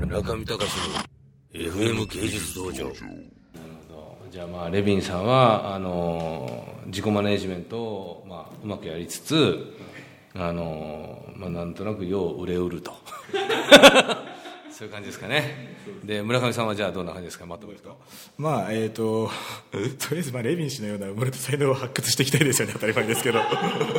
中見隆の FM 芸術道場。 なるほど。じゃあまあレヴィンさんは自己マネジメントをまあうまくやりつつまあ、なんとなくよう売れうるとそういう感じですかね。で村上さんはじゃあどんな感じですか、まとめると。 まあとりあえずレヴィン氏のような埋もれた才能を発掘していきたいですよね、当たり前ですけど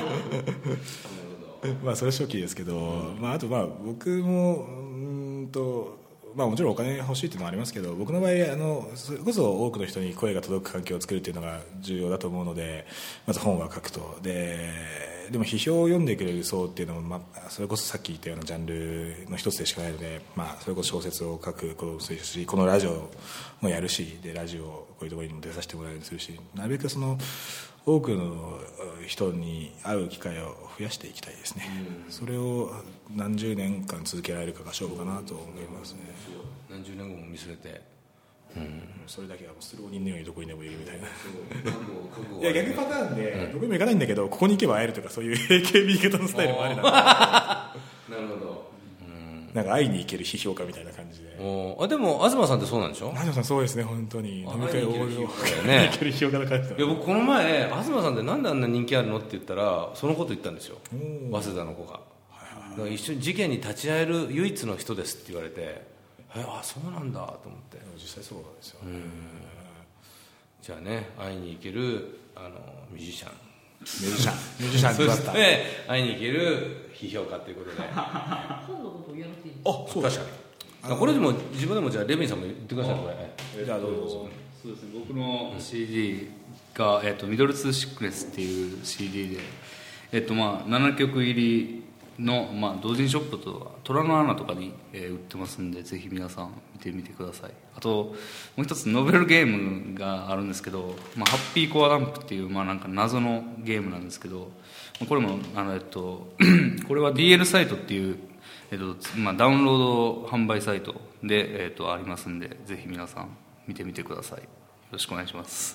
まあそれは初期ですけど、まあ、あとまあ僕もまあ、もちろんお金欲しいっていうのはありますけど、僕の場合それこそ多くの人に声が届く環境を作るっていうのが重要だと思うので、まず本は書くと。でも批評を読んでくれる層っていうのも、まあ、それこそさっき言ったようなジャンルの一つでしかないので、まあ、それこそ小説を書くこともするし、このラジオもやるし、でラジオこういうところにも出させてもらえるようにするし、なるべくその多くの人に会う機会を増やしていきたいですね。それを何十年間続けられるかが勝負かなと思いますね。 何十年後も見据えて、 それだけはスロー人のようにどこにでもいるみたいな。いや逆パターンでどこにも行かないんだけど、ここに行けば会えるとか、そういう AKB 型のスタイルもありなるほど。 なんか会いに行ける批評家みたいな感じで。 でも東さんってそうなんでしょ。 東さんそうですね、本当に飲み会大量ね。 行ける批評家な感じ。 いや僕この前東さんってなんであんな人気あるのって言ったらそのこと言ったんですよ、早稲田の子が。だから一緒に事件に立ち会える唯一の人ですって言われて、あそうなんだと思って。 実際そうなんですよ。 じゃあね、会いに行けるミュージシャンそして会いに行ける批評家ということで本のことをやるっていいんですか。 そう確かにこれでも自分でもじゃあレヴィンさんも言ってください。これじゃあどうぞ。 そうですね、僕の CD が、ミドルツーシックネスっていう CD で、まあ、7曲入りの、まあ、同人ショップとか虎の穴とかに、売ってますんで、ぜひ皆さん見てみてください。あともう一つノベルゲームがあるんですけど、まあ、ハッピーコアランプっていう、まあ、なんか謎のゲームなんですけど、これもこれは DL サイトっていう、まあ、ダウンロード販売サイトで、ありますんで、ぜひ皆さん見てみてください。よろしくお願いします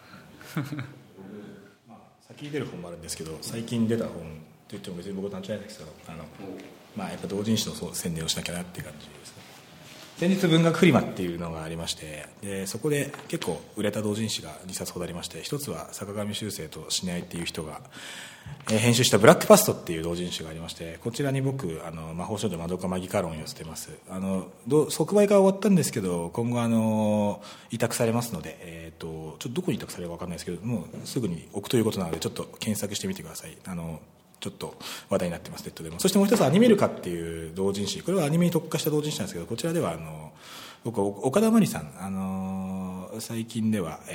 先に出る本もあるんですけど、最近出た本といっても別に僕単純なんですけど、まあ、やっぱ同人誌の宣伝をしなきゃなっていう感じですね。先日文学フリマっていうのがありまして、でそこで結構売れた同人誌が2冊ほどありまして、一つは坂上修正とシネアイっていう人が、編集したブラックパストっていう同人誌がありまして、こちらに僕魔法少女まどかマギカ論を寄せてます。即売が終わったんですけど、今後委託されますので、ちょっとどこに委託されるか分かんないですけど、もうすぐに置くということなので、ちょっと検索してみてください。ちょっと話題になってます、ネットでも。そしてもう一つアニメルカっていう同人誌、これはアニメに特化した同人誌なんですけど、こちらでは僕岡田真理さん、最近では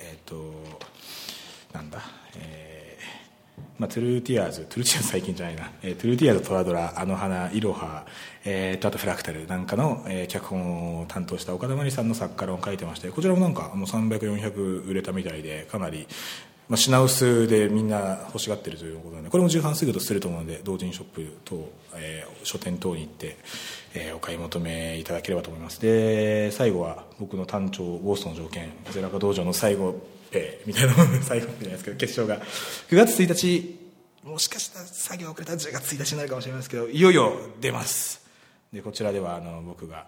まあ、トゥルーティアーズ最近じゃないな、トゥルーティアーズトラドラ、あの花、イロハ、あとフラクタルなんかの、脚本を担当した岡田真理さんの作家論を書いてまして、こちらもなんかもう300、400売れたみたいで、かなり、まあ、品薄でみんな欲しがってるということなので、これも重版すぐとすると思うので、同人ショップ等、書店等に行って、お買い求めいただければと思います。で最後は僕の単調ゴーストの条件ゼラカ道場の最後みたいな最後じゃないですけど、決勝が9月1日、もしかしたら作業遅れたら10月1日になるかもしれないですけど、いよいよ出ます。でこちらでは僕が、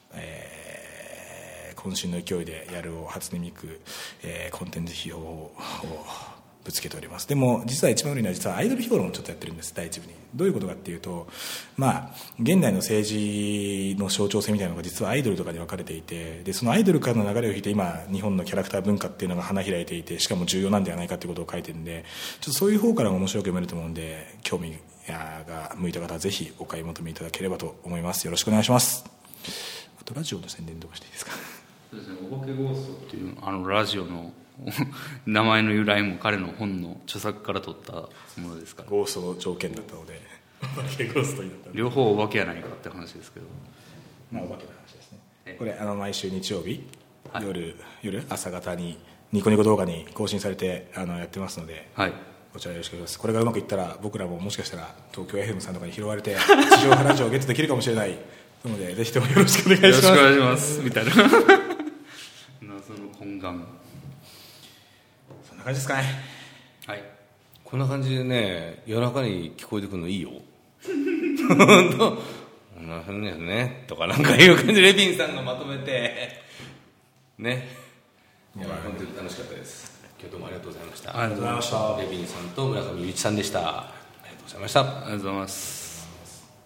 渾身の勢いでやるを初音ミク、コンテンツ費用をぶつけております。でも実は一番売りのは実はアイドル評論をちょっとやってるんです、第一部に。どういうことかっていうと、まあ現代の政治の象徴性みたいなのが実はアイドルとかに分かれていて、でそのアイドルからの流れを引いて今日本のキャラクター文化っていうのが花開いていて、しかも重要なんではないかっていうことを書いてるんで、ちょっとそういう方からも面白く読めると思うんで、興味が向いた方はぜひお買い求めいただければと思います。よろしくお願いします。あとラジオの宣伝とかしていいですか。 そうですね、お化けゴーストっていうラジオの名前の由来も彼の本の著作から取ったものですから、 ゴーストの条件だったのでお化けゴーストになった両方お化けやないかって話ですけど、 まあお化けの話ですね。これ毎週日曜日、はい、夜朝方にニコニコ動画に更新されてやってますので、 はい、 こちらよろしくお願いします。これがうまくいったら僕らももしかしたら東京 FM さんとかに拾われて地上波ラジオをゲットできるかもしれないなので、ぜひともよろしくお願いします。 よろしくお願いしますみたいな謎の懇願、 そんな感じですかね。 はい、 こんな感じでね、夜中に聞こえてくるのいいよそうですねとかなんかいう感じでレビンさんがまとめてね、いや本当に楽しかったです。今日どうもありがとうございました。 ありがとうございました。 レビンさんと村上雄一さんでした。ありがとうございました。 ありがとうございます。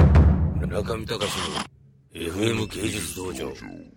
中見隆の FM 芸術道場。